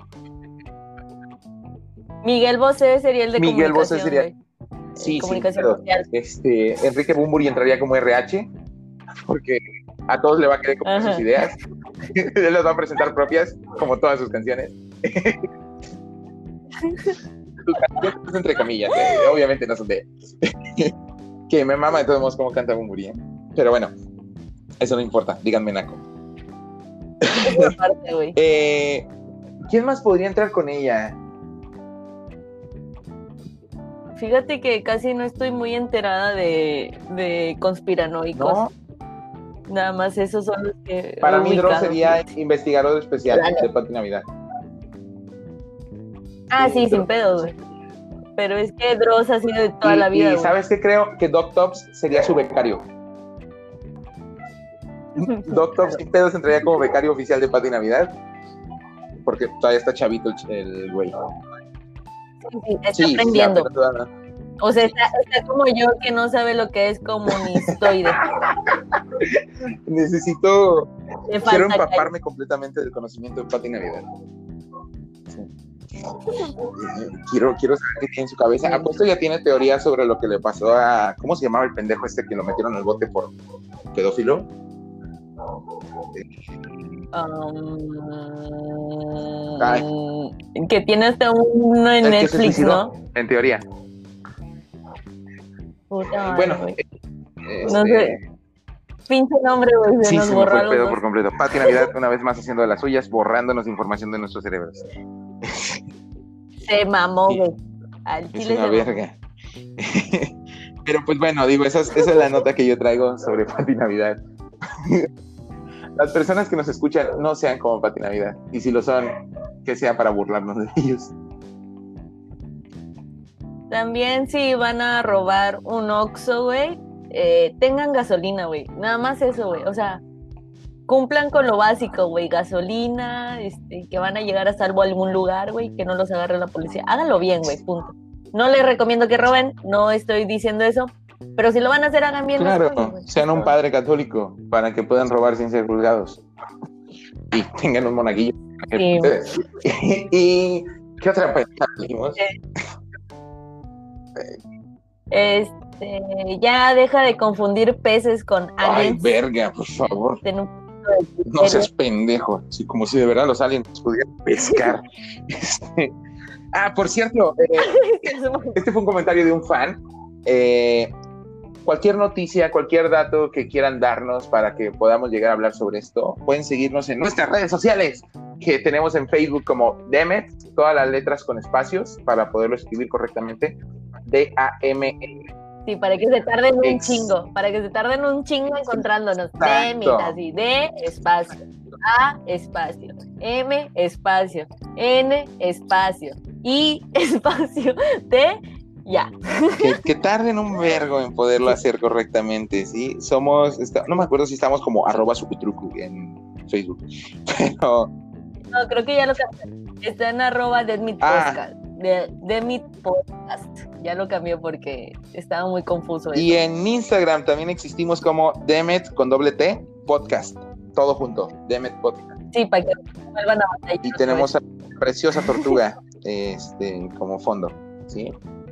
S2: Miguel Bosé sería el de
S3: Miguel Bosé
S2: comunicación,
S3: sería...
S2: güey.
S3: Sí,
S2: comunicación
S3: sí,
S2: social.
S3: este, Enrique Bunbury entraría como R H porque a todos le va a querer copiar
S2: Ajá.
S3: sus ideas. Él las va a presentar propias, como todas sus canciones. Sus canciones entre comillas, eh, obviamente no son de él. Que me mama de todos modos cómo canta Bunbury, ¿eh? Pero bueno, eso no importa, díganme Naco.
S2: Esa parte, güey.
S3: Eh, ¿Quién más podría entrar con ella?
S2: Fíjate que casi no estoy muy enterada de, de conspiranoicos.
S3: ¿No?
S2: Nada más esos son los que.
S3: Para
S2: he
S3: mí Dross
S2: ubicado,
S3: sería
S2: fíjate.
S3: investigador especial
S2: Claro.
S3: de Pati Navidad.
S2: Ah, sí,
S3: Pero-
S2: sin pedos, güey. Pero es que Dross ha sido de toda
S3: y,
S2: la vida,
S3: y
S2: güey.
S3: ¿sabes qué? Creo que Doc Tops sería su becario. Doc Tops sin pedos entraría como becario oficial de Pati Navidad. Porque todavía está chavito el, ch- el güey.
S2: Sí, sí, está
S3: Sí, sí,
S2: aprendiendo.
S3: apenas va-
S2: O sea, está, está como yo que no sabe lo que es comunistoide.
S3: Necesito,
S2: Le
S3: quiero
S2: falta
S3: empaparme completamente del conocimiento de Pati Navidad. Sí. Quiero, quiero saber qué tiene en su cabeza.
S2: Sí.
S3: Apuesto ya tiene teorías sobre lo que le pasó a... ¿Cómo se llamaba el pendejo este que lo metieron al bote por pedófilo?
S2: Um, que tiene hasta uno en
S3: El que se
S2: Netflix,
S3: suicidó,
S2: ¿no?
S3: en teoría.
S2: Puta madre,
S3: Bueno,
S2: güey.
S3: este,
S2: No sé. Pinche nombre, güey. Se
S3: sí,
S2: nos
S3: se me
S2: borró
S3: fue
S2: a
S3: el
S2: los
S3: pedo
S2: dos.
S3: por completo. Pati Navidad una vez más haciendo de las suyas, borrándonos información de nuestros cerebros.
S2: Se mamó,
S3: Sí.
S2: güey. Al
S3: Es
S2: chile
S3: una
S2: se mamó.
S3: verga. Pero pues bueno, digo, esa es, esa es la nota que yo traigo sobre Pati Navidad. Las personas que nos escuchan no sean como Pati Navidad. Y si lo son, que sea para burlarnos de ellos.
S2: También si van a robar un Oxxo, güey, eh, tengan gasolina, güey. Nada más eso, güey. O sea, cumplan con lo básico, güey. Gasolina, este, que van a llegar a salvo a algún lugar, güey, que no los agarre la policía. Háganlo bien, güey, punto. No les recomiendo que roben, no estoy diciendo eso. Pero si lo van a hacer, hagan bien las
S3: Claro,
S2: cosas, güey.
S3: sean un padre católico para que puedan robar sin ser juzgados. Y tengan un monaguillo.
S2: Sí.
S3: Ustedes. ¿Y qué otra pregunta dijimos?
S2: Este, ya deja de confundir peces con
S3: Ay,
S2: aliens.
S3: verga, por favor.
S2: Ten un poquito de
S3: No
S2: criterio.
S3: seas pendejo. Sí, como si de verdad los aliens pudieran pescar. Este... Ah, por cierto, eh, este fue un comentario de un fan. Eh, cualquier noticia, cualquier dato que quieran darnos para que podamos llegar a hablar sobre esto, pueden seguirnos en nuestras redes sociales, que tenemos en Facebook como Demet, todas las letras con espacios para poderlo escribir correctamente. D A M E.
S2: Sí, para que se tarden un
S3: Ex-
S2: chingo, para que se tarden un chingo encontrándonos.
S3: Exacto.
S2: D, así, D, espacio, A, espacio, M, espacio, N, espacio, I, espacio, T, ya.
S3: Que, que tarden un vergo en poderlo hacer correctamente, ¿sí? Somos, está- no me acuerdo si estamos como arroba sucutrucu en Facebook, pero
S2: No, creo que ya lo cambié. Está en arroba Deadmeat
S3: Ah.
S2: Podcast. De, Deadmeat Podcast. Ya lo cambió porque estaba muy confuso.
S3: y
S2: eso.
S3: en Instagram también existimos como Demet con doble T, podcast, todo junto, Demet Podcast.
S2: Sí, para que no vuelvan a batallar.
S3: Y tenemos a la preciosa tortuga este, como fondo, ¿sí?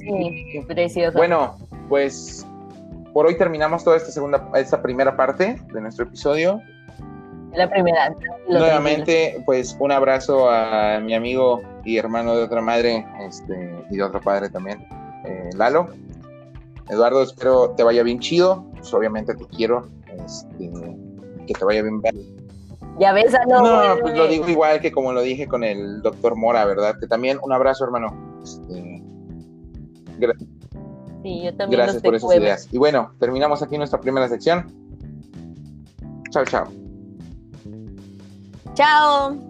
S2: Sí, precioso.
S3: Bueno, pues por hoy terminamos toda esta segunda, esta primera parte de nuestro episodio.
S2: La primera.
S3: Nuevamente, pues un abrazo a mi amigo y hermano de otra madre, este, y de otro padre también, eh, Lalo. Eduardo, espero te vaya bien chido. Pues obviamente te quiero. Este, que te vaya bien.
S2: Ya ves, a lo
S3: No,
S2: güey.
S3: pues lo digo igual que como lo dije con el doctor Mora, ¿verdad? Que también un abrazo, hermano. Este, gra-
S2: Sí, yo también
S3: gracias
S2: los
S3: por
S2: te
S3: esas
S2: cuevo.
S3: ideas. Y bueno, terminamos aquí nuestra primera sección. Chao, chao.
S2: Chao.